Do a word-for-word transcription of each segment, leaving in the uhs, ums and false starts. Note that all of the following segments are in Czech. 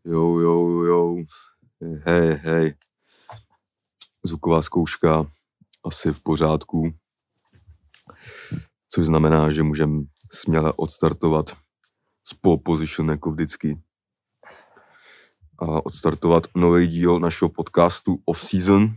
Jo, jo, jo, hej, hej. Zvuková zkouška asi v pořádku, což znamená, že můžeme směle odstartovat z pole position jako vždycky a odstartovat nový díl našeho podcastu Off-Season,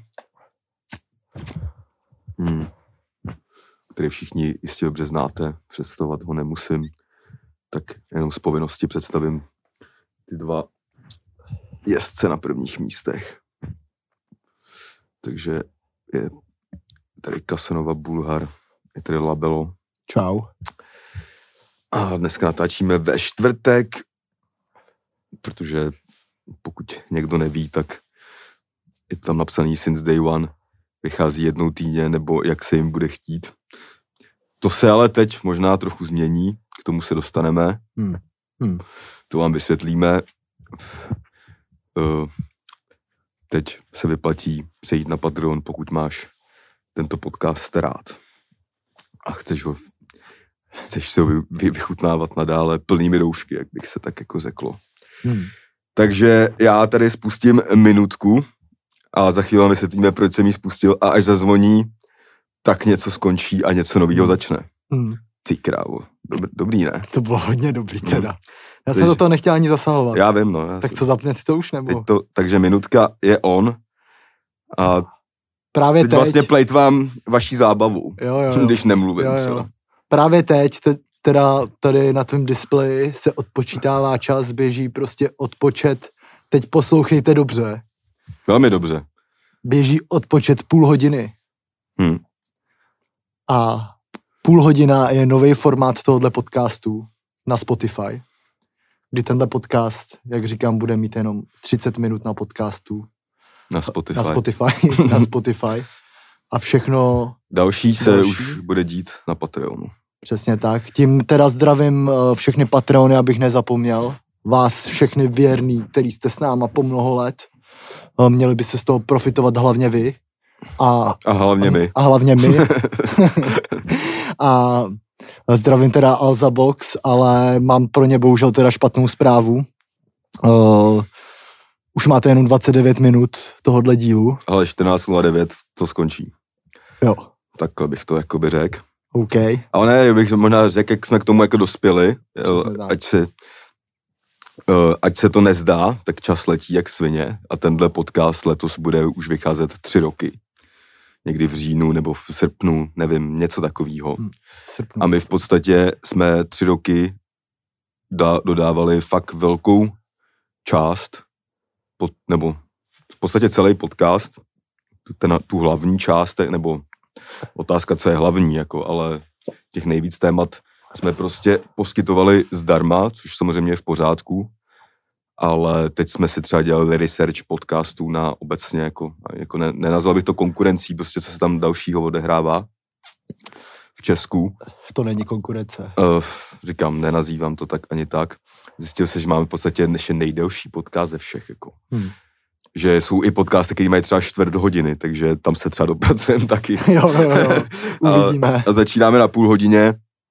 hmm. který všichni jistě dobře znáte, představovat ho nemusím, tak jenom z povinnosti představím ty dva jezdce na prvních místech. Takže je tady Casanova Bulhar, je tady Labelo. Čau. A dneska natáčíme ve čtvrtek, protože pokud někdo neví, tak je tam napsaný since day one, vychází jednou týdně, nebo jak se jim bude chtít. To se ale teď možná trochu změní, k tomu se dostaneme. Hmm. Hmm. To vám vysvětlíme. Uh, teď se vyplatí přejít na Patreon, pokud máš tento podcast rád. A chceš ho, chceš se ho vy, vy, vychutnávat nadále plnými roušky, jak bych se tak jako řeklo. Hmm. Takže já tady spustím minutku a za chvíli vysvětlíme, proč jsem ji spustil a až zazvoní, tak něco skončí a něco nového hmm. začne. Hmm. Ty krávo, dobrý, dobrý, ne? To bylo hodně dobrý teda. Hmm. Já jsem do toho nechtěl ani zasahovat. Já vím, no. Já tak jsem... co, zapněte to už, nebo? To, takže minutka je on a právě teď, teď vlastně plejtvám vaší zábavu, jo, jo, jo. když nemluvím jo, jo. třeba. Právě teď, te, teda tady na tvém displeji se odpočítává čas, běží prostě odpočet. Teď poslouchejte dobře. Velmi dobře. Běží odpočet půl hodiny. Hmm. A půl hodina je nový formát tohohle podcastu na Spotify, kdy tenhle podcast, jak říkám, bude mít jenom třicet minut na podcastu. Na Spotify. Na Spotify, na Spotify. A všechno... Další se další. už bude dít na Patreonu. Přesně tak. Tím teda zdravím všechny Patreony, abych nezapomněl. Vás všechny věrný, který jste s náma po mnoho let. Měli byste z toho profitovat hlavně vy. A, a hlavně my. A hlavně my. A zdravím teda Alza Box, ale mám pro ně bohužel teda špatnou zprávu. Uh, už máte jenom dvacet devět minut tohodle dílu. Ale čtrnáct nula devět to skončí. Jo. Takhle bych to jakoby řekl. OK. Ale ne, bych možná řekl, jak jsme k tomu jako dospěli. Jo, ať, se, uh, ať se to nezdá, tak čas letí jak svině a tenhle podcast letos bude už vycházet tři roky. Někdy v říjnu nebo v srpnu, nevím, něco takového. Hmm, a my v podstatě jsme tři roky da, dodávali fakt velkou část, pod, nebo v podstatě celý podcast, ten, tu hlavní část, nebo otázka, co je hlavní, jako, ale těch nejvíc témat jsme prostě poskytovali zdarma, což samozřejmě je v pořádku, ale teď jsme si třeba dělali research podcastů na obecně, jako, jako ne, nenazval bych to konkurencí, prostě co se tam dalšího odehrává v Česku. To není konkurence. Uh, říkám, nenazývám to tak ani tak. Zjistil se, že máme v podstatě než nejdelší podcast ze všech, jako. Hmm. Že jsou i podcasty, které mají třeba čtvrt hodiny, takže tam se třeba dopracujeme taky. Jo, jo, jo, uvidíme. A, a začínáme na půl hodině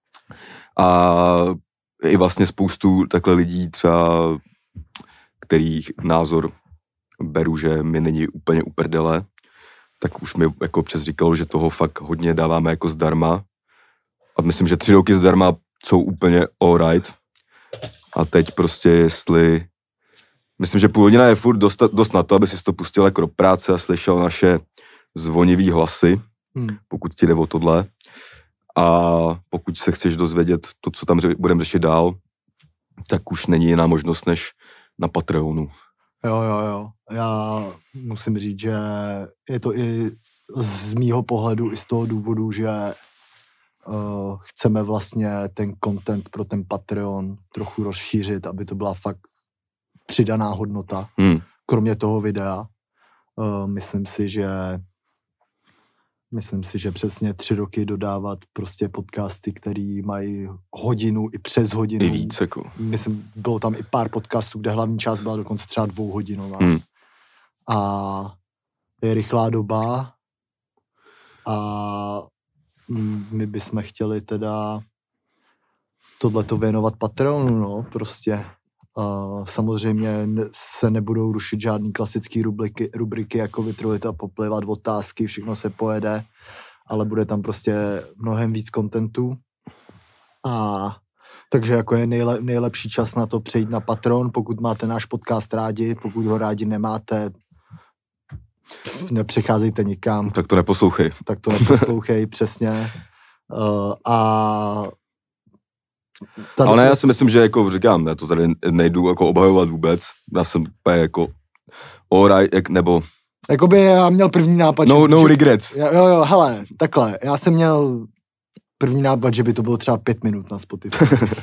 a i vlastně spoustu takhle lidí třeba, kterých názor beru, že mi není úplně uprdele, tak už mi jako občas říkalo, že toho fakt hodně dáváme jako zdarma. A myslím, že tři roky zdarma jsou úplně all right. A teď prostě jestli... Myslím, že půl hodina je furt dost, dost na to, aby si to pustil jako do práce a slyšel naše zvonivý hlasy, hmm. pokud ti jde o tohle. A pokud se chceš dozvědět to, co tam budeme řešit dál, tak už není jiná možnost, než na Patreonu. Jo, jo, jo. Já musím říct, že je to i z mýho pohledu i z toho důvodu, že uh, chceme vlastně ten content pro ten Patreon trochu rozšířit, aby to byla fakt přidaná hodnota, hmm. kromě toho videa. Uh, myslím si, že myslím si, že přesně tři roky dodávat prostě podcasty, který mají hodinu i přes hodinu. I víc, jako. Myslím, bylo tam i pár podcastů, kde hlavní část byla dokonce třeba dvouhodinová. Hmm. A je rychlá doba a my bychom chtěli teda tohleto věnovat Patreonu, no, prostě. Uh, samozřejmě ne, se nebudou rušit žádný klasický rubriky, rubriky jako vytrulit a poplivat, otázky, všechno se pojede, ale bude tam prostě mnohem víc kontentu. A takže jako je nejle, nejlepší čas na to přejít na Patreon, pokud máte náš podcast rádi, pokud ho rádi nemáte, nepřecházejte nikam. Tak to neposlouchej. Tak to neposlouchej, přesně. Uh, a Tady ale ne, já si myslím, že jako říkám, já to tady nejdu jako obhajovat vůbec, já jsem jako alright, jak, nebo... Jakoby já měl první nápad, No, že, no že, regrets. Jo, jo, hele, takhle, já jsem měl první nápad, že by to bylo třeba pět minut na Spotify.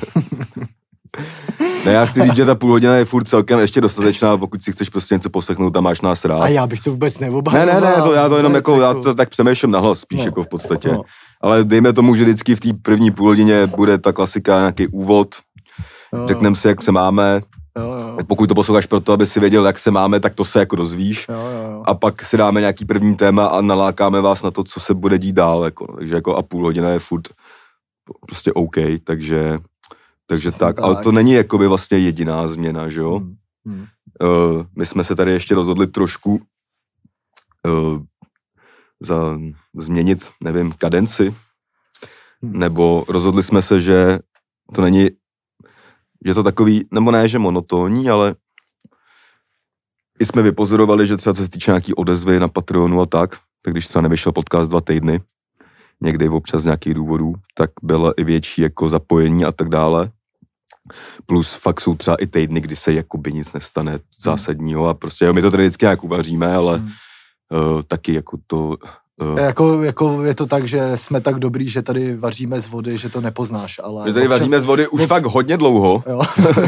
Ne, já chci říct, že ta půl hodina je furt celkem ještě dostatečná, pokud si chceš prostě něco poslechnout a máš nás rád. A já bych to vůbec neobhajoval. Ne, ne, ne, to, já to jenom jako, já to tak přemýšlím nahlas spíš no, jako v podstatě. No. Ale dejme tomu, že vždycky v té první půl hodině bude ta klasika, nějaký úvod, no, řekneme si, jak se máme. Jo, jo. Pokud to posloucháš proto, aby si věděl, jak se máme, tak to se jako dozvíš. Jo, jo, jo. A pak si dáme nějaký první téma a nalákáme vás na to, co se bude dít dál. Jako. Takže jako a půl hodina je furt prostě OK, takže... Takže tak, tak, ale to není jakoby vlastně jediná změna, že jo? Hmm. Hmm. Uh, my jsme se tady ještě rozhodli trošku uh, za, změnit, nevím, kadenci, hmm. nebo rozhodli jsme se, že to není, že to takový, nebo ne, že monotónní, ale i jsme vypozorovali, že třeba co se týče nějaký odezvy na Patreonu a tak, tak když třeba nevyšel podcast dva týdny, někdy občas z nějakých důvodů, tak bylo i větší jako zapojení a tak dále. Plus fakt jsou třeba i týdny, kdy se jakoby nic nestane zásadního a prostě jo, my to tady vždycky jak uvaříme, ale hmm. uh, taky jako to... Uh, jako, jako je to tak, že jsme tak dobrý, že tady vaříme z vody, že to nepoznáš, ale... My tady občas... vaříme z vody už no... fakt hodně dlouho jo.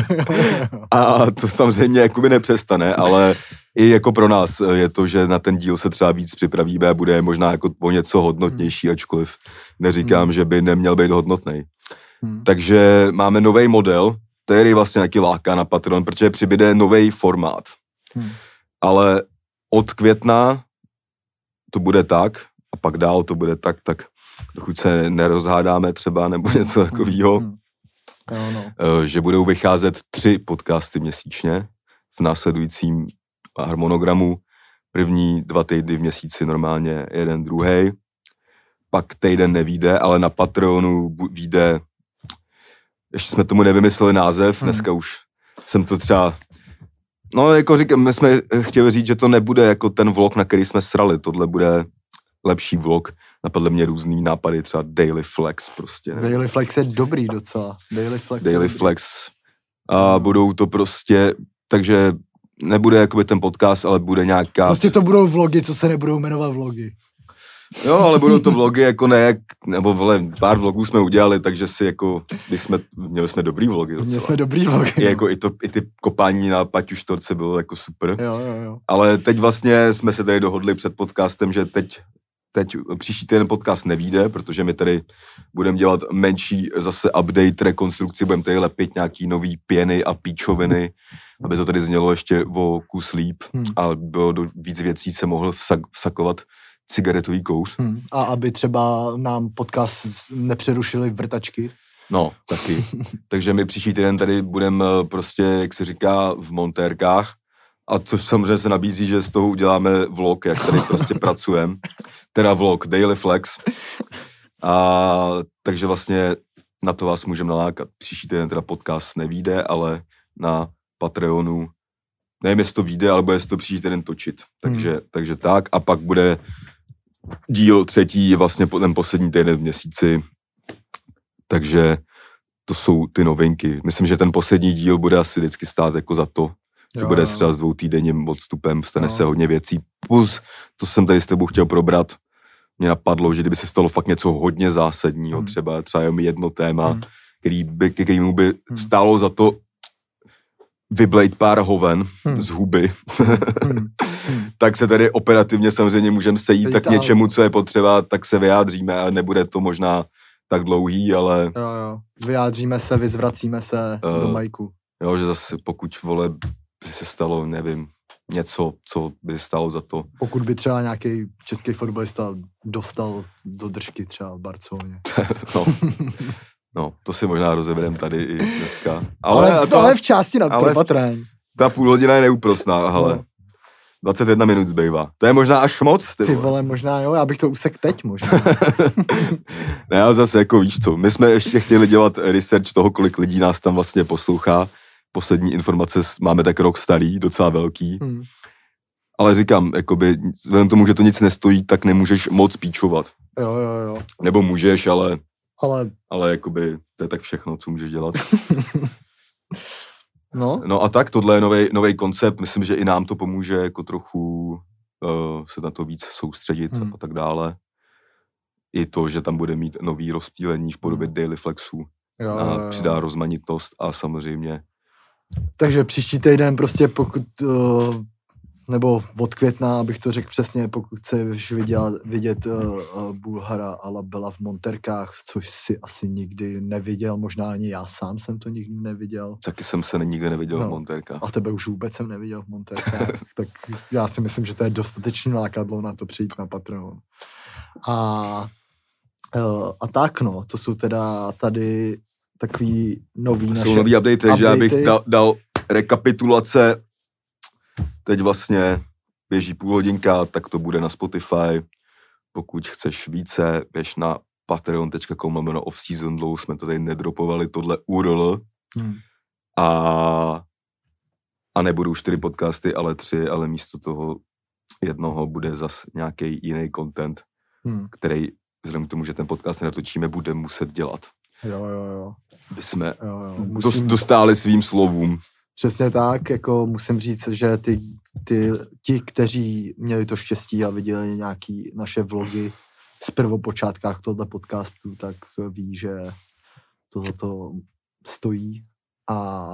A to samozřejmě jakoby nepřestane, ale i jako pro nás je to, že na ten díl se třeba víc připravíme a bude možná jako o něco hodnotnější, ačkoliv neříkám, hmm. že by neměl být hodnotnej. Hmm. Takže máme nový model, který vlastně nějaký láká na Patreon, protože přibyde nový formát. Hmm. Ale od května to bude tak a pak dál to bude tak, tak dokud se nerozhádáme třeba nebo něco takového, hmm. hmm. no. že budou vycházet tři podcasty měsíčně v následujícím harmonogramu. První dva týdny v měsíci normálně jeden, druhý. Pak týden nevíde, ale na Patreonu vyjde, ještě jsme tomu nevymysleli název, hmm. dneska už jsem to třeba, no jako říkám, my jsme chtěli říct, že to nebude jako ten vlog, na který jsme srali, tohle bude lepší vlog, napadly mě různý nápady, třeba Daily Flex prostě. Ne? Daily Flex je dobrý docela. Daily Flex. Daily Flex. A budou to prostě, takže nebude jakoby ten podcast, ale bude nějaká... Prostě to budou vlogy, co se nebudou jmenovat vlogy. Jo, ale budou to vlogy jako ne, jak, nebo vole, pár vlogů jsme udělali, takže si jako, když jsme, měli jsme dobrý vlogy docela. Měli jsme dobrý vlogy. I, jako, i, to, i ty kopání na Paťu Štorce bylo jako super. Jo, jo, jo. Ale teď vlastně jsme se tady dohodli před podcastem, že teď, teď příští týden podcast nevyjde, protože my tady budeme dělat menší zase update, rekonstrukci, budeme tady lepit nějaký nový pěny a píčoviny, aby to tady znělo ještě o kus líp hmm. a bylo do víc věcí se mohl vsak, vsakovat cigaretový kouř. Hmm. A aby třeba nám podcast nepřerušili vrtačky. No, taky. Takže my příští týden tady budeme prostě, jak se říká, v montérkách. A což samozřejmě se nabízí, že z toho uděláme vlog, jak tady prostě pracujeme. Teda vlog, Daily Flex. A takže vlastně na to vás můžeme nalákat. Příští týden teda podcast nevyjde, ale na Patreonu, nevím, jestli to vyjde, ale bude se to příští týden točit. Takže, hmm. takže tak. A pak bude díl třetí, vlastně ten poslední týden v měsíci. Takže to jsou ty novinky. Myslím, že ten poslední díl bude asi vždycky stát jako za to. Že jo, bude třeba s dvoutýdenním odstupem, stane jo. se hodně věcí. Plus, to jsem tady s tebou chtěl probrat, mě napadlo, že kdyby se stalo fakt něco hodně zásadního, hmm. třeba třeba jenom jedno téma, hmm. který by, kterému by hmm. stálo za to vyblejt pár hoven hmm. z huby, hmm. tak se tady operativně samozřejmě můžeme sejít, sejít tak něčemu, co je potřeba, tak se vyjádříme a nebude to možná tak dlouhý, ale... Jo, jo. Vyjádříme se, vyzvracíme se uh, do majku. Jo, že zase pokud, vole, by se stalo, nevím, něco, co by stalo za to. Pokud by třeba nějaký český fotbalista dostal do držky třeba v Barceloně. no. No, to si možná rozeberem tady i dneska. Ale, ale, to, ale v části na pro Patreon. Ta půl hodina je neúprosná, hele. No. dvacet jedna minut zbývá. To je možná až moc, ty, ty vole, možná jo, já bych to usek teď možná. Ne, ale zase jako víš co, my jsme ještě chtěli dělat research toho, kolik lidí nás tam vlastně poslouchá. Poslední informace máme tak rok starý, docela velký. Hmm. Ale říkám, jakoby, vzhledem tomu, že to nic nestojí, tak nemůžeš moc píčovat. Jo, jo, jo. Nebo můžeš, ale... Ale... Ale jakoby, to je tak všechno, co můžeš dělat. No. No a tak, tohle je nový koncept, myslím, že i nám to pomůže jako trochu uh, se na to víc soustředit hmm. a tak dále. I to, že tam bude mít nový rozptýlení v podobě hmm. daily flexů jo, a jo, jo. přidá rozmanitost a samozřejmě... Takže příští týden prostě pokud... Uh... nebo od května, abych to řekl přesně, pokud chceš vidět, vidět uh, uh, Bulhara a Labela v monterkách, což si asi nikdy neviděl, možná ani já sám jsem to nikdy neviděl. Taky jsem se nikdy neviděl no. v monterkách. A tebe už vůbec jsem neviděl v monterkách, tak já si myslím, že to je dostatečný lákadlo na to přijít na Patreon. A, uh, a tak no, to jsou teda tady takový nový naše... Jsou nový updaty, updaty. Že já bych dal, dal rekapitulace. Teď vlastně běží půl hodinka, tak to bude na Spotify. Pokud chceš více, běž na patreon tečka com lomeno off season, dlouho jsme to tady nedropovali, tohle U R L. Hmm. A, a nebudou čtyři podcasty, ale tři, ale místo toho jednoho bude zas nějaký jiný content, hmm. který vzhledem k tomu, že ten podcast nenatočíme, bude muset dělat. Jo, jo, jo. By jsme jo, jo. Musím... dostáli svým slovům. Přesně tak, jako musím říct, že ty, ty, ti, kteří měli to štěstí a viděli nějaký naše vlogy z prvopočátkách tohoto podcastu, tak ví, že to za to stojí. A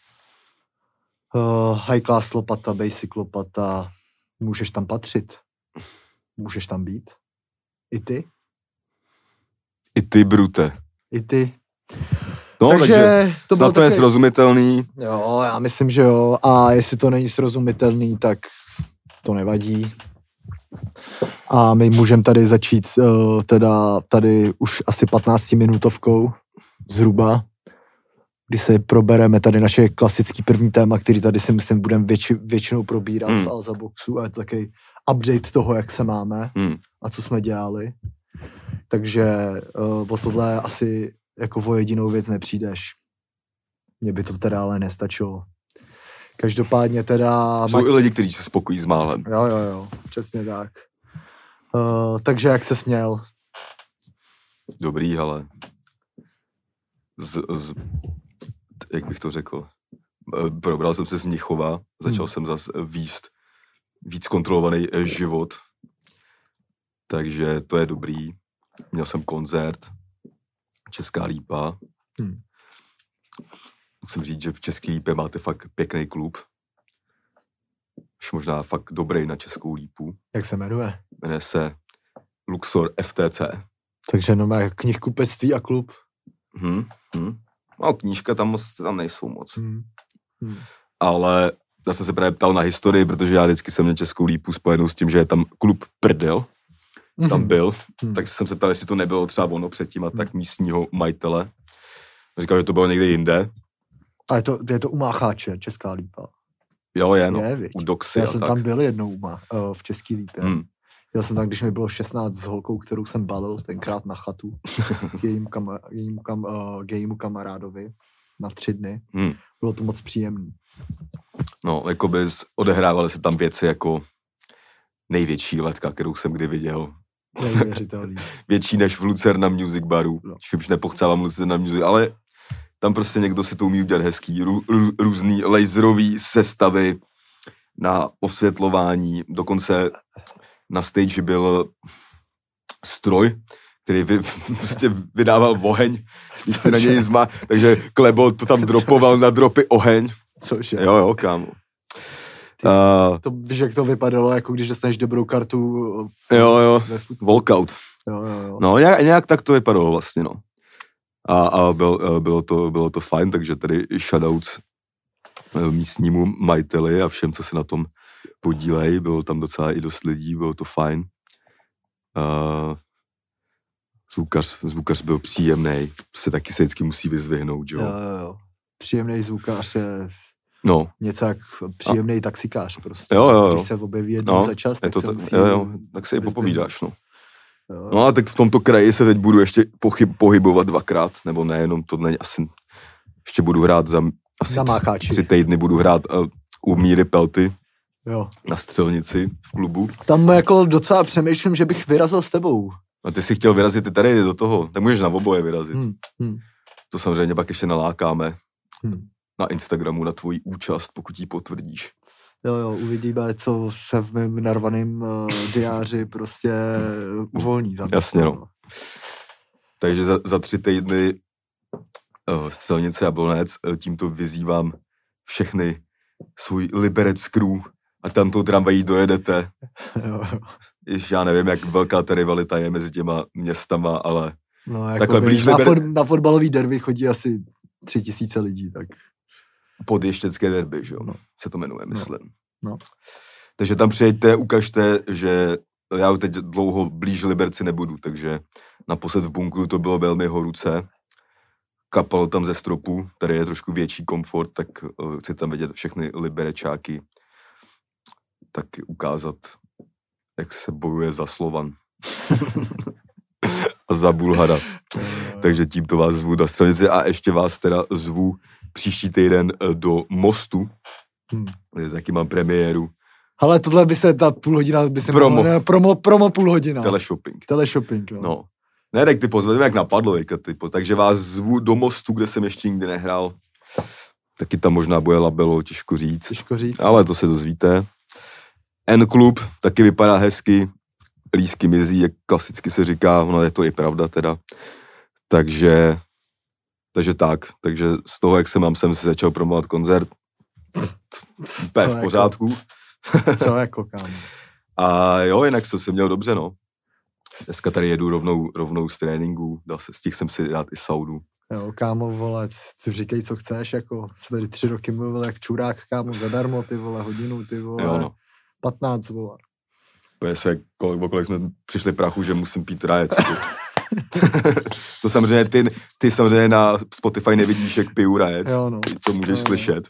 uh, high class lopata, basic lopata, můžeš tam patřit, můžeš tam být. I ty? I ty, Brute. I ty. No, takže, takže to bylo to je srozumitelný. Jo, já myslím, že jo. A jestli to není srozumitelný, tak to nevadí. A my můžeme tady začít uh, teda tady už asi patnáctiminutovkou zhruba, kdy se probereme tady naše klasický první téma, který tady si myslím budeme větši, většinou probírat hmm. v Alza Boxu a je to takový update toho, jak se máme hmm. a co jsme dělali. Takže uh, o tohle asi jako o jedinou věc nepřijdeš. Mně by to teda ale nestačilo. Každopádně teda... Jsou mať... i lidi, kteří se spokojí s málem. Jo, jo, jo, přesně tak. Uh, takže jak se směl? Dobrý, ale z, z, jak bych to řekl, probral jsem se z Mnichova, začal hmm. jsem zase výst víc kontrolovaný život, takže to je dobrý. Měl jsem koncert, Česká Lípa. Hmm. Musím říct, že v České Lípě máte fakt pěkný klub. Už možná fakt dobrý na Českou Lípu. Jak se jmenuje? Jmenuje se Luxor F T C. Takže no má knihkupectví a klub. Hmm, hmm. No knížka tam, moc, tam nejsou moc. Hmm. Hmm. Ale já jsem se právě ptal na historii, protože já vždycky jsem měl Českou Lípu spojenou s tím, že je tam klub Prdel. Tam byl, hmm. tak jsem se ptal, jestli to nebylo třeba ono předtím a tak místního majitele. Říkal, že to bylo někde jinde. A je to, je to u Mácháče, Česká Lípa. Jo, je, no, je, u Doxy Já jsem tak. tam byl jednou uh, v České Lípě. Hmm. Jel jsem tam, když mi bylo šestnáct s holkou, kterou jsem balil tenkrát na chatu k jejímu, kam, jejímu kam, uh, gejmu kamarádovi na tři dny. Hmm. Bylo to moc příjemné. No, jakoby odehrávaly se tam věci jako největší letka, kterou jsem kdy viděl. Neuvěřitelný. Větší než v Lucerna Music Baru. No. Už nepochcávám Lucerna Music, ale tam prostě někdo si to umí udělat hezký. Rů, rů, různý laserový sestavy na osvětlování. Dokonce na stage byl stroj, který vy, prostě vydával oheň, když se na něj zma, takže Klebo to tam dropoval na dropy oheň. Cože? Jo, jo, kámo. Ty, uh, to víš, jak to vypadalo, jako když dostaneš dobrou kartu. V, jo, jo, walkout. Jo, jo, jo. No, nějak, nějak tak to vypadalo vlastně, no. A, a byl, bylo, to, bylo to fajn, takže tady shoutouts místnímu majiteli a všem, co se na tom podílejí. Bylo tam docela i dost lidí, bylo to fajn. Uh, Zvukař, zvukař byl příjemnej, se taky se vždycky musí vyzvihnout, jo. Jo, jo, jo. Příjemnej zvukař je no. něco jak příjemnej taxikář prostě. Jo, jo, jo. Když se objeví jednou no, za čas, tak to se ta, musí... Jo, jo, tak se i popovídáš, no. Jo. No a tak v tomto kraji se teď budu ještě pochyb, pohybovat dvakrát, nebo nejenom to není asi, ještě budu hrát za asi tři, tři týdny budu hrát uh, u Míry Pelty jo. na Střelnici v klubu. Tam jako docela přemýšlím, že bych vyrazil s tebou. A ty jsi chtěl vyrazit i tady do toho, tak můžeš na oboje vyrazit. Hmm, hmm. To samozřejmě pak ještě nalákáme hmm. na Instagramu na tvoji účast, pokud ji potvrdíš. Jo, jo, uvidíme, co se v mém narvaném uh, diáři prostě uvolní. Jasně, no. Takže za, za tři týdny uh, Střelnice Jablonec, uh, tímto vyzývám všechny svůj Liberec crew a tam tou tramvají dojedete. Jo, jo. Jež já nevím, jak velká ta rivalita je mezi těma městama, ale no, jako takhle blíž na, Liber... fot, na fotbalový derby chodí asi tři tisíce lidí, tak... Podještěcké derby, že jo, no, se to jmenuje, myslím. No. No. Takže tam přijeďte, ukažte, že já teď dlouho blíž Liberci nebudu, takže naposled v bunkru to bylo velmi horuce. Kapalo tam ze stropu, tady je trošku větší komfort, tak uh, chci tam vidět všechny Liberečáky, tak ukázat, jak se bojuje za Slovan. A za Bulhara. Takže tímto vás zvu na Střelnici a ještě vás teda zvu příští týden do Mostu, hmm. kde taky mám premiéru. Ale tohle by se, ta půl hodina by se promo. Mohla, promo, promo půl hodina. Teleshopping. Teleshopping, no. no. Ne, tak ty pozvedeme, jak napadlo, typo. Takže vás zvu do Mostu, kde jsem ještě nikdy nehrál. Taky tam možná bude labelo, těžko říct. Těžko říct. Ale to se dozvíte. N-klub taky vypadá hezky. Lísky mizí, jak klasicky se říká, no je to i pravda teda. Takže, takže tak, takže z toho, jak se mám, jsem si začal promovat koncert. To je v pořádku. Jako, co jako, kámo? A jo, jinak jsem se měl dobře, no. Dneska tady jedu rovnou, rovnou z tréninku, dal se, stihl jsem si dát i saunu. Jo, kámo, vole, si říkej, co chceš, jako, jsi tady tři roky mluvil jak čurák, kámo, zadarmo, ty vole, hodinu, ty vole, jo, no. patnáct, vole. Se, kolik, kolik jsme přišli prachu, že musím pít rajec. To samozřejmě, ty, ty samozřejmě na Spotify nevidíš, jak piju rajec. Jo, no. To můžeš jo, slyšet.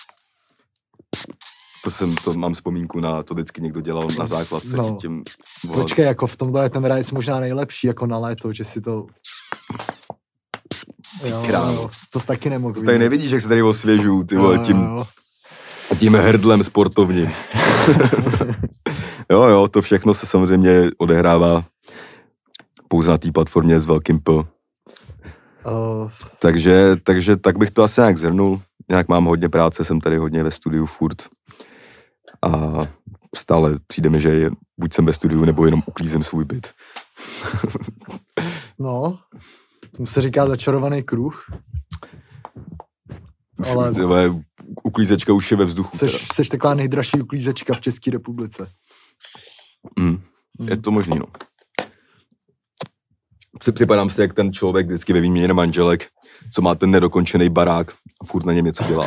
To jsem, to mám vzpomínku na, to vždycky někdo dělal na základce. No. Tím, počkej, jako v tomhle je ten rajec možná nejlepší, jako na léto, že si to... Jo, jo, to jsi taky nemohl vidět. Tady nevidíš, jak se tady osvěžu, ty vole, tím, tím hrdlem sportovním. Jo, jo, to všechno se samozřejmě odehrává pouze na té platformě s velkým P. Uh. Takže, takže tak bych to asi nějak zhrnul. Nějak mám hodně práce, jsem tady hodně ve studiu furt. A stále přijde mi, že je, buď jsem ve studiu, nebo jenom uklízím svůj byt. No, tomu se říká začarovaný kruh. Ale... Ale uklízečka už je ve vzduchu. Seš, seš taková nejdražší uklízečka v České republice. Mm, mm. Je to možný, no. Připadám si, jak ten člověk vždycky ve výměně manželek, co má ten nedokončený barák a furt na něm něco dělá.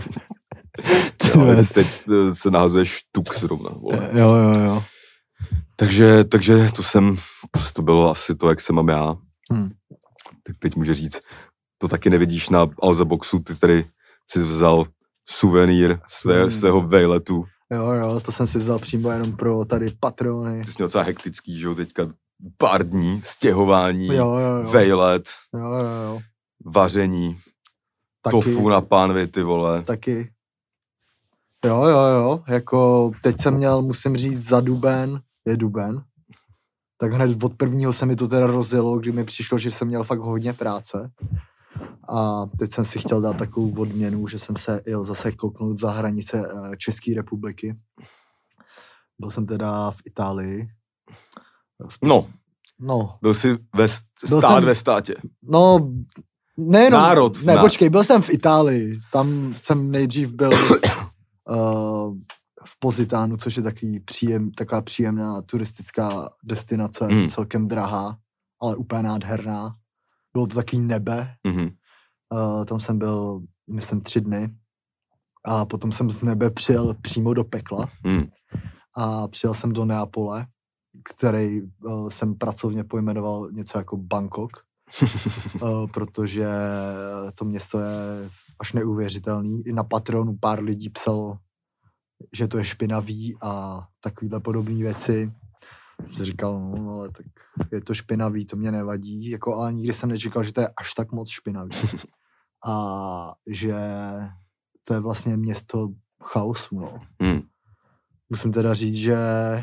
Jo, teď se nahazuješ štuk zrovna. Vole. Jo, jo, jo. Takže, takže to jsem, to, to bylo asi to, jak se mám já. Hmm. Tak teď může říct, to taky nevidíš na Alza Boxu, ty tady si vzal suvenýr své, hmm. svého vejletu. Jo, jo, to jsem si vzal přímo jenom pro tady patrony. Ty jsi měl docela hektický, že jo, teďka pár dní, stěhování, jo, jo, jo. vejlet, jo, jo, jo. vaření, taky, tofu na pánvi, ty vole. Taky. Jo, jo, jo, jako teď jsem měl, musím říct, za duben, je duben, tak hned od prvního se mi to teda rozjelo, kdy mi přišlo, že jsem měl fakt hodně práce. A teď jsem si chtěl dát takovou odměnu, že jsem se jel zase kouknout za hranice České republiky. Byl jsem teda v Itálii. No, no. Byl jsi ve st- stát jsem, ve státě. No, nejenom. Národ. Ne, ná... počkej, byl jsem v Itálii. Tam jsem nejdřív byl uh, v Pozitánu, což je takový příjem, taková příjemná turistická destinace, mm. celkem drahá, ale úplně nádherná. Bylo to takový nebe. Mm-hmm. Uh, tam jsem byl, myslím, tři dny. A potom jsem z nebe přijel přímo do pekla. Mm. A přijel jsem do Neapole, který uh, jsem pracovně pojmenoval něco jako Bangkok, uh, protože to město je až neuvěřitelný. I na Patreonu pár lidí psalo, že to je špinavý a takovýhle podobné věci. Jsem říkal, no ale tak je to špinavý, to mě nevadí, jako, ale nikdy jsem nečekal, že to je až tak moc špinavý. A že to je vlastně město chaosu, no. Hmm. Musím teda říct, že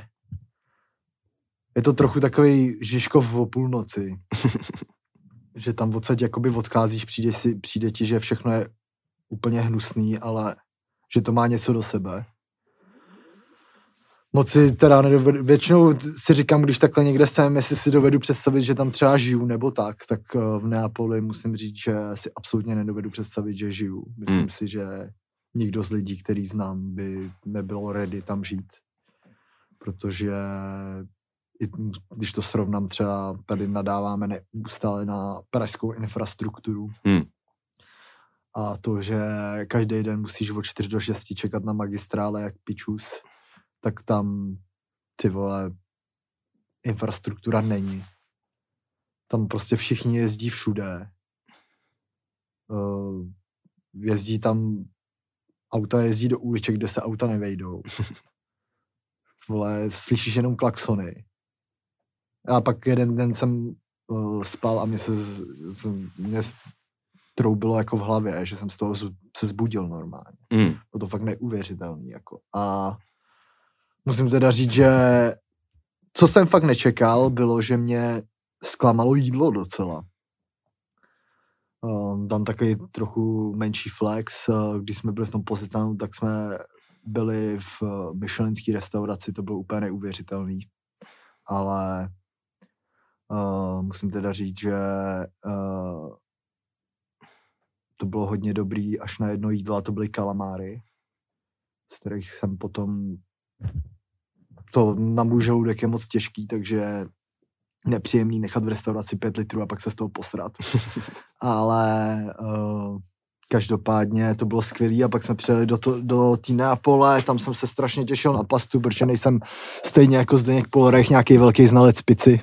je to trochu takový Žižkov o půlnoci. Že tam odsaď jakoby odcházíš, přijde, si, přijde ti, že všechno je úplně hnusný, ale že to má něco do sebe. Moc si teda nedovedu, většinou si říkám, když takhle někde jsem, jestli si dovedu představit, že tam třeba žiju nebo tak, tak v Neapoli musím říct, že si absolutně nedovedu představit, že žiju. Myslím hmm. si, že nikdo z lidí, který znám, by nebylo ready tam žít. Protože i když to srovnám, třeba tady nadáváme neustále na pražskou infrastrukturu. Hmm. A to, že každý den musíš od čtyři do šesti čekat na magistrále jak pičus, tak tam, ty vole, infrastruktura není. Tam prostě všichni jezdí všude. Uh, jezdí tam, auta jezdí do uliček, kde se auta nevejdou. Vole, slyšíš jenom klaxony. A pak jeden den jsem uh, spal a mě se z, z, mě troubilo jako v hlavě, že jsem z toho z, se zbudil normálně. Mm. Bylo to fakt neuvěřitelný. Jako. A musím teda říct, že co jsem fakt nečekal, bylo, že mě zklamalo jídlo docela. Um, tam takový trochu menší flex. Uh, když jsme byli v tom Positanu, tak jsme byli v uh, michelinské restauraci, to bylo úplně neuvěřitelný. Ale uh, musím teda říct, že uh, to bylo hodně dobrý až na jedno jídlo, a to byly kalamáry, z kterých jsem potom to na můj žaludek je moc těžký, takže nepříjemný nechat v restauraci pět litrů a pak se z toho posrat. Ale uh, každopádně to bylo skvělý a pak jsme přijeli do, to, do té Neapole, tam jsem se strašně těšil na pastu, protože nejsem stejně jako Zdeněk Polorech nějaký velký znalec pici.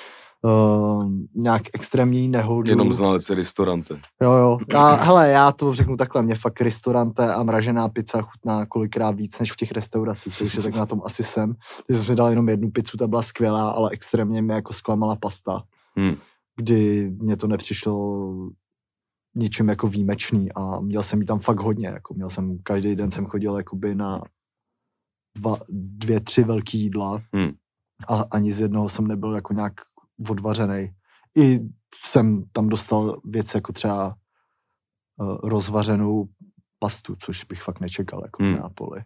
Uh, nějak extrémní neholdu. Jenom znalec restaurante. Jo, jo. A hele, já to řeknu takhle, mě fakt restaurante a mražená pizza chutná kolikrát víc než v těch restauracích, takže tak na tom asi jsem. Teď jsem si dal jenom jednu pizzu, ta byla skvělá, ale extrémně mě jako zklamala pasta, hmm. kdy mě to nepřišlo ničím jako výjimečný a měl jsem jí tam fakt hodně, jako měl jsem, každý den jsem chodil jakoby na dva, dvě, tři velký jídla hmm. a ani z jednoho jsem nebyl jako nějak odvařenej. I jsem tam dostal věc jako třeba uh, rozvařenou pastu, což bych fakt nečekal jako hmm. v Neapoli.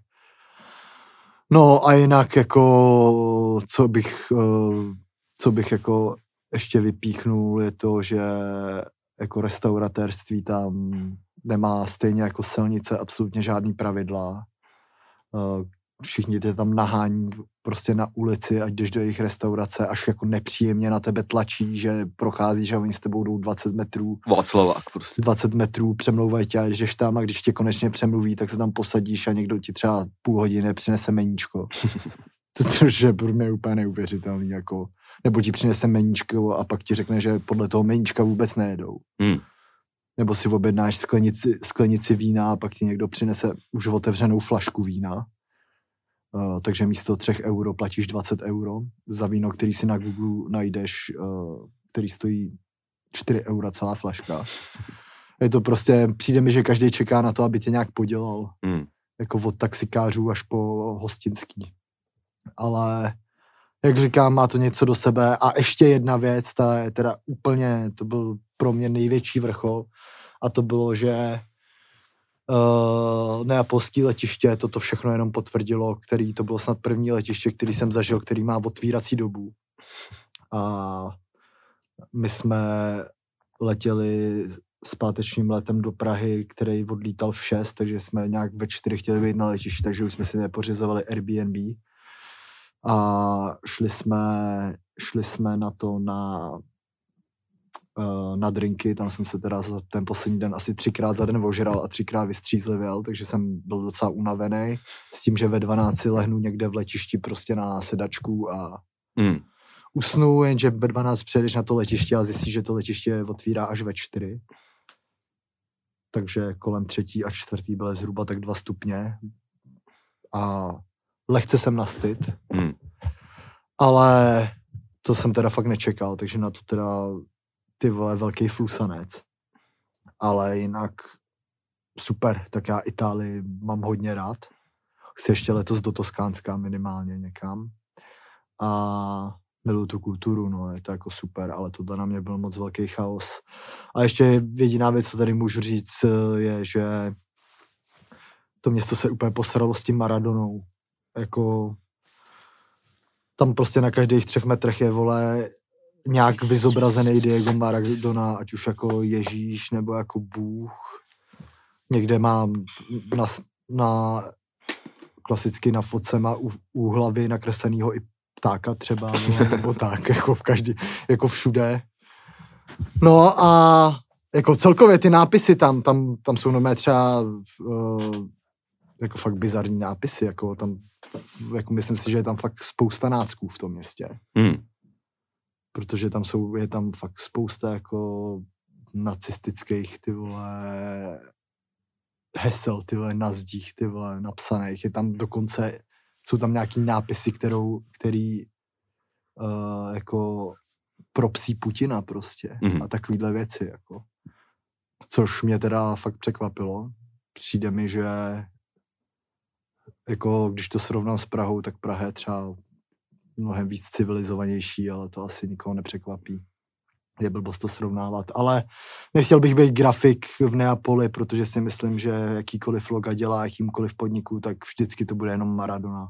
No a jinak jako co bych uh, co bych jako ještě vypíchnul je to, že jako restauratérství tam nemá stejně jako silnice absolutně žádný pravidla. Uh, všichni tě tam nahání prostě na ulici, ať jdeš do jejich restaurace, až jako nepříjemně na tebe tlačí, že procházíš a oni s tebou jdou dvacet metrů. Václavák prostě. dvacet metrů, přemlouvají tě a jdeš tam a když tě konečně přemluví, tak se tam posadíš a někdo ti třeba půl hodiny přinese meníčko. Což je pro mě úplně neuvěřitelný, jako, nebo ti přinese meníčko a pak ti řekne, že podle toho meníčka vůbec nejedou. Hmm. Nebo si objednáš sklenici, sklenici vína a pak ti někdo přinese už otevřenou flašku vína. Uh, takže místo třech euro platíš dvacet euro za víno, který si na Google najdeš, uh, který stojí čtyři eura celá flaška. Je to prostě, přijde mi, že každý čeká na to, aby tě nějak podělal. Mm. Jako od taxikářů až po hostinský. Ale jak říkám, má to něco do sebe. A ještě jedna věc, ta je teda úplně, to byl pro mě největší vrchol. A to bylo, že Uh, neapolské letiště, toto všechno jenom potvrdilo, který to bylo snad první letiště, který jsem zažil, který má otvírací dobu. A my jsme letěli s pátečním letem do Prahy, který odlítal v šest, takže jsme nějak ve čtyři chtěli být na letišti, takže už jsme si nepořizovali Airbnb. A šli jsme, šli jsme na to na na drinky, tam jsem se teda za ten poslední den asi třikrát za den ožral a třikrát vystřízlivěl, takže jsem byl docela unavený s tím, že ve dvanácti lehnu někde v letišti prostě na sedačku a Mm. Usnu, jenže ve dvanáct přijedeš na to letiště a zjistíš, že to letiště otvírá až ve čtyři. Takže kolem třetí a čtvrtý byly zhruba tak dva stupně. A lehce jsem na styt. Mm. Ale to jsem teda fakt nečekal, takže na to teda ty vole velký flusanec. Ale jinak super, tak já Itálii mám hodně rád. Chci ještě letos do Toskánska minimálně někam. A miluju tu kulturu, no, je to jako super, ale to na mě byl moc velký chaos. A ještě jediná věc, co tady můžu říct, je, že to město se úplně posralo s tím Maradonou. Jako tam prostě na každých třech metrech je, vole, nějak vyzobrazený Diego Maradona, ať už jako Ježíš nebo jako Bůh. Někde mám na, na klasicky na fotce má u, u hlavy nakreslenýho i ptáka třeba, no, nebo tak, jako v každý, jako všude. No a jako celkově ty nápisy tam, tam, tam jsou normálně třeba uh, jako fakt bizarní nápisy, jako tam, jako myslím si, že je tam fakt spousta nácků v tom městě. Hmm. Protože tam jsou, je tam fakt spousta jako nacistických, ty vole, hesel, ty vole, na zdích, ty vole, napsaných. Je tam dokonce, jsou tam nějaký nápisy, kterou, který uh, jako propsí Putina prostě. Mm-hmm. A takovýhle věci, jako. Což mě teda fakt překvapilo. Přijde mi, že jako když to srovnám s Prahou, tak Praha je třeba mnohem víc civilizovanější, ale to asi nikoho nepřekvapí. Je blbost to srovnávat. Ale nechtěl bych být grafik v Neapoli, protože si myslím, že jakýkoliv loga dělá jakýmkoliv podniku, tak vždycky to bude jenom Maradona.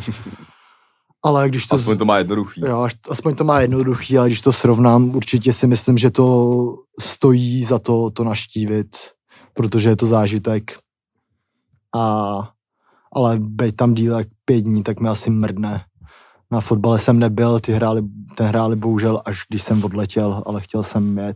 Ale když to... Aspoň to má jednoduchý. Jo, aspoň to má jednoduchý, ale když to srovnám, určitě si myslím, že to stojí za to, to naštívit, protože je to zážitek. A, ale být tam díl jak pět dní, tak mi asi mrdne. Na fotbale jsem nebyl, ty hráli, ten hráli bohužel až když jsem odletěl, ale chtěl jsem jet.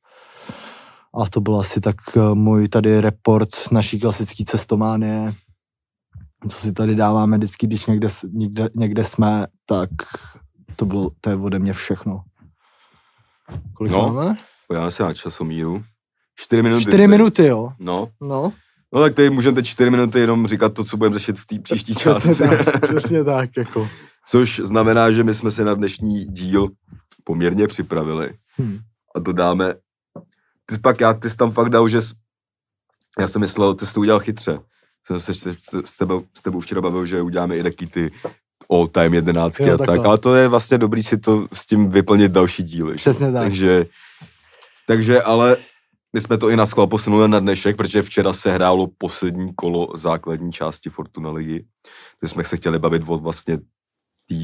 A to byl asi tak můj tady report naší klasický cestománie. Co si tady dáváme vždycky, když někde, někde, někde jsme, tak to bylo, to je ode mě všechno. Kolik no, máme? Podíváme se na časomíru. Čtyři minuty. Čtyři minuty, jo. No. No. No tak tady můžeme teď čtyři minuty jenom říkat to, co budeme řešit v té příští části. Přesně tak, přesně tak, jako. Což znamená, že my jsme se na dnešní díl poměrně připravili. Hmm. A to dáme... Ty pak já, ty jsi tam fakt dal, že jsi... Já jsem myslel, ty jsi to udělal chytře. Jsem se s tebou, s tebou včera bavil, že uděláme i taky ty all time jedenáctky jo, a tak. Ale to je vlastně dobrý si to s tím vyplnit další díly. Přesně tak. Takže, takže ale my jsme to i na schvál posunuli na dnešek, protože včera se hrálo poslední kolo základní části Fortuna ligy. My jsme se chtěli bavit o vlastně té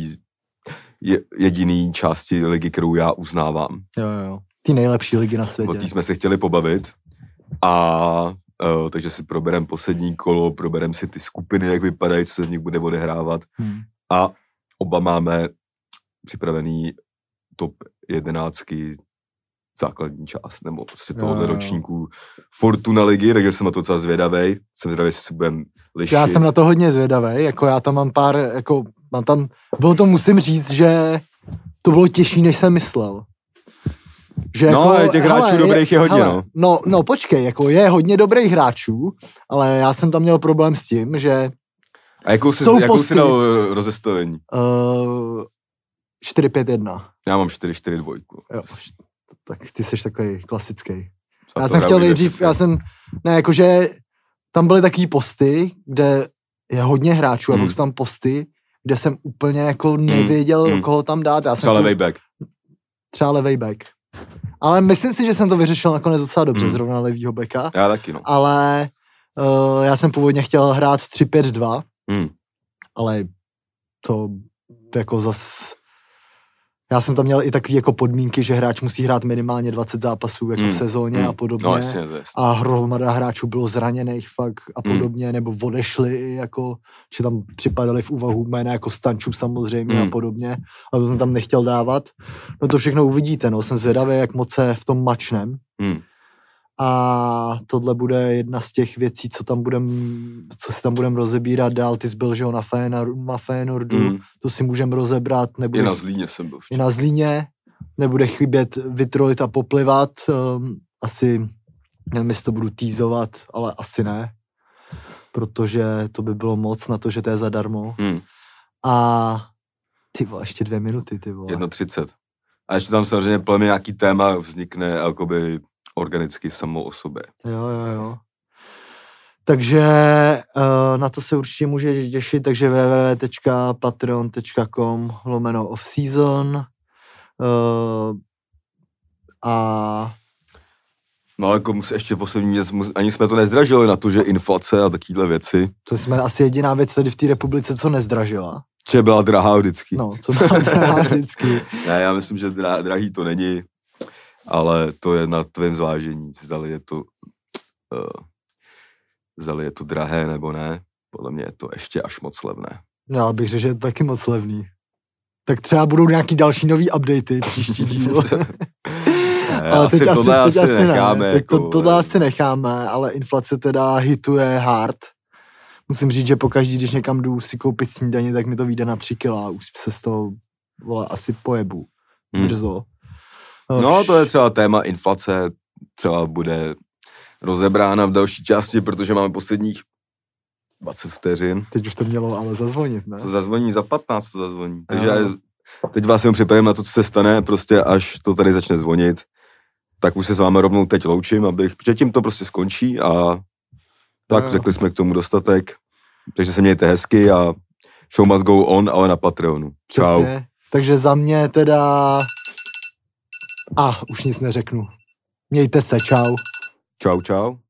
jediné části ligy, kterou já uznávám. Jo, jo. Ty nejlepší ligy na světě. O té jsme se chtěli pobavit. A uh, takže si probereme poslední kolo, probereme si ty skupiny, jak vypadají, co se v nich bude odehrávat. Hmm. A oba máme připravený top jedenáctky základní část, nebo prostě tohohle ročníku Fortuna ligy, takže jsem na to docela zvědavej. Jsem zvědavý, jestli si budeme lišit. Já jsem na to hodně zvědavej, jako já tam mám pár, jako mám tam, bylo to, musím říct, že to bylo těžší, než jsem myslel. Že no, jako, těch hráčů hele, dobrých je, je hodně, hele, no. no. No, počkej, jako je hodně dobrých hráčů, ale já jsem tam měl problém s tím, že a jakou jsi, jakou jsi dal rozestavení? Uh, čtyři pět jedna. Já mám čtyři čtyři dva. Jo, tak ty jsi takový klasický. Já jsem chtěl nejdřív, já jsem, ne, jakože tam byly takový posty, kde je hodně hráčů hmm. a byly tam posty, kde jsem úplně jako nevěděl, hmm. koho tam dát. Já třeba levej back. Třeba levej back. Ale myslím si, že jsem to vyřešil nakonec docela dobře, hmm. zrovna levýho backa. Já taky, no. Ale uh, já jsem původně chtěl hrát tři pět dva, hmm. ale to jako zas... Já jsem tam měl i takový jako podmínky, že hráč musí hrát minimálně dvacet zápasů jako hmm. v sezóně hmm. a podobně. No, jasně, jasně. A hromada hráčů bylo zraněných fakt a podobně, hmm. nebo odešli jako, či tam připadali v úvahu jména jako Stančů samozřejmě hmm. a podobně. A to jsem tam nechtěl dávat. No to všechno uvidíte, no. Jsem zvědavý, jak moc se v tom mačnem. Hmm. A tohle bude jedna z těch věcí, co tam budem, co si tam budeme rozebírat dál. Ty jsi byl, že jo, na, Fénor, na Fénordu, mm. to si můžeme rozebrat. Nebude, I na Zlíně jsem byl. I na Zlíně. Nebude chybět vytrojit a poplivat. Um, asi, nevím, jestli to budu týzovat, ale asi ne. Protože to by bylo moc na to, že to je zadarmo. Mm. A ty vole, ještě dvě minuty, ty vole. jedno třicet. A ještě tam samozřejmě plně nějaký téma vznikne jakoby organicky samo o sobě. Jo, jo, jo. Takže uh, na to se určitě můžeš těšit, takže w w w tečka patreon tečka com lomeno offseason uh, a no jako musí ještě poslední věc, ani jsme to nezdražili na to, že inflace a takovýhle věci. To jsme asi jediná věc tady v té republice, co nezdražila. Že byla drahá vždycky. No, co byla drahá vždycky. Ne, já myslím, že dra, drahý to není, ale to je na tvém zvážení, zdali je to, uh, zdali je to drahé nebo ne. Podle mě je to ještě až moc levné. Já bych řekl, že je to taky moc levný. Tak třeba budou nějaký další nový updaty příští díl. Ne, ale teď asi tohle asi, teď asi necháme. Ne. Jako, to, tohle asi necháme, ale inflace teda hituje hard. Musím říct, že pokaždý, když někam jdu si koupit snídaně, tak mi to vyjde na tři kila. Už se z toho, vole, asi pojebu. Brzo. Hmm. No, to je třeba téma inflace. Třeba bude rozebrána v další části, protože máme posledních dvacet vteřin. Teď už to mělo ale zazvonit, ne? To zazvoní, za patnáct to zazvoní. Takže já teď vás jenom připravím na to, co se stane, prostě až to tady začne zvonit, tak už se s vámi rovnou teď loučím, abych, protože tím to prostě skončí a tak jo. Řekli jsme k tomu dostatek, takže se mějte hezky a show must go on, ale na Patreonu. Čau. Přesně. Takže za mě teda a ah, už nic neřeknu. Mějte se, čau. Čau, čau.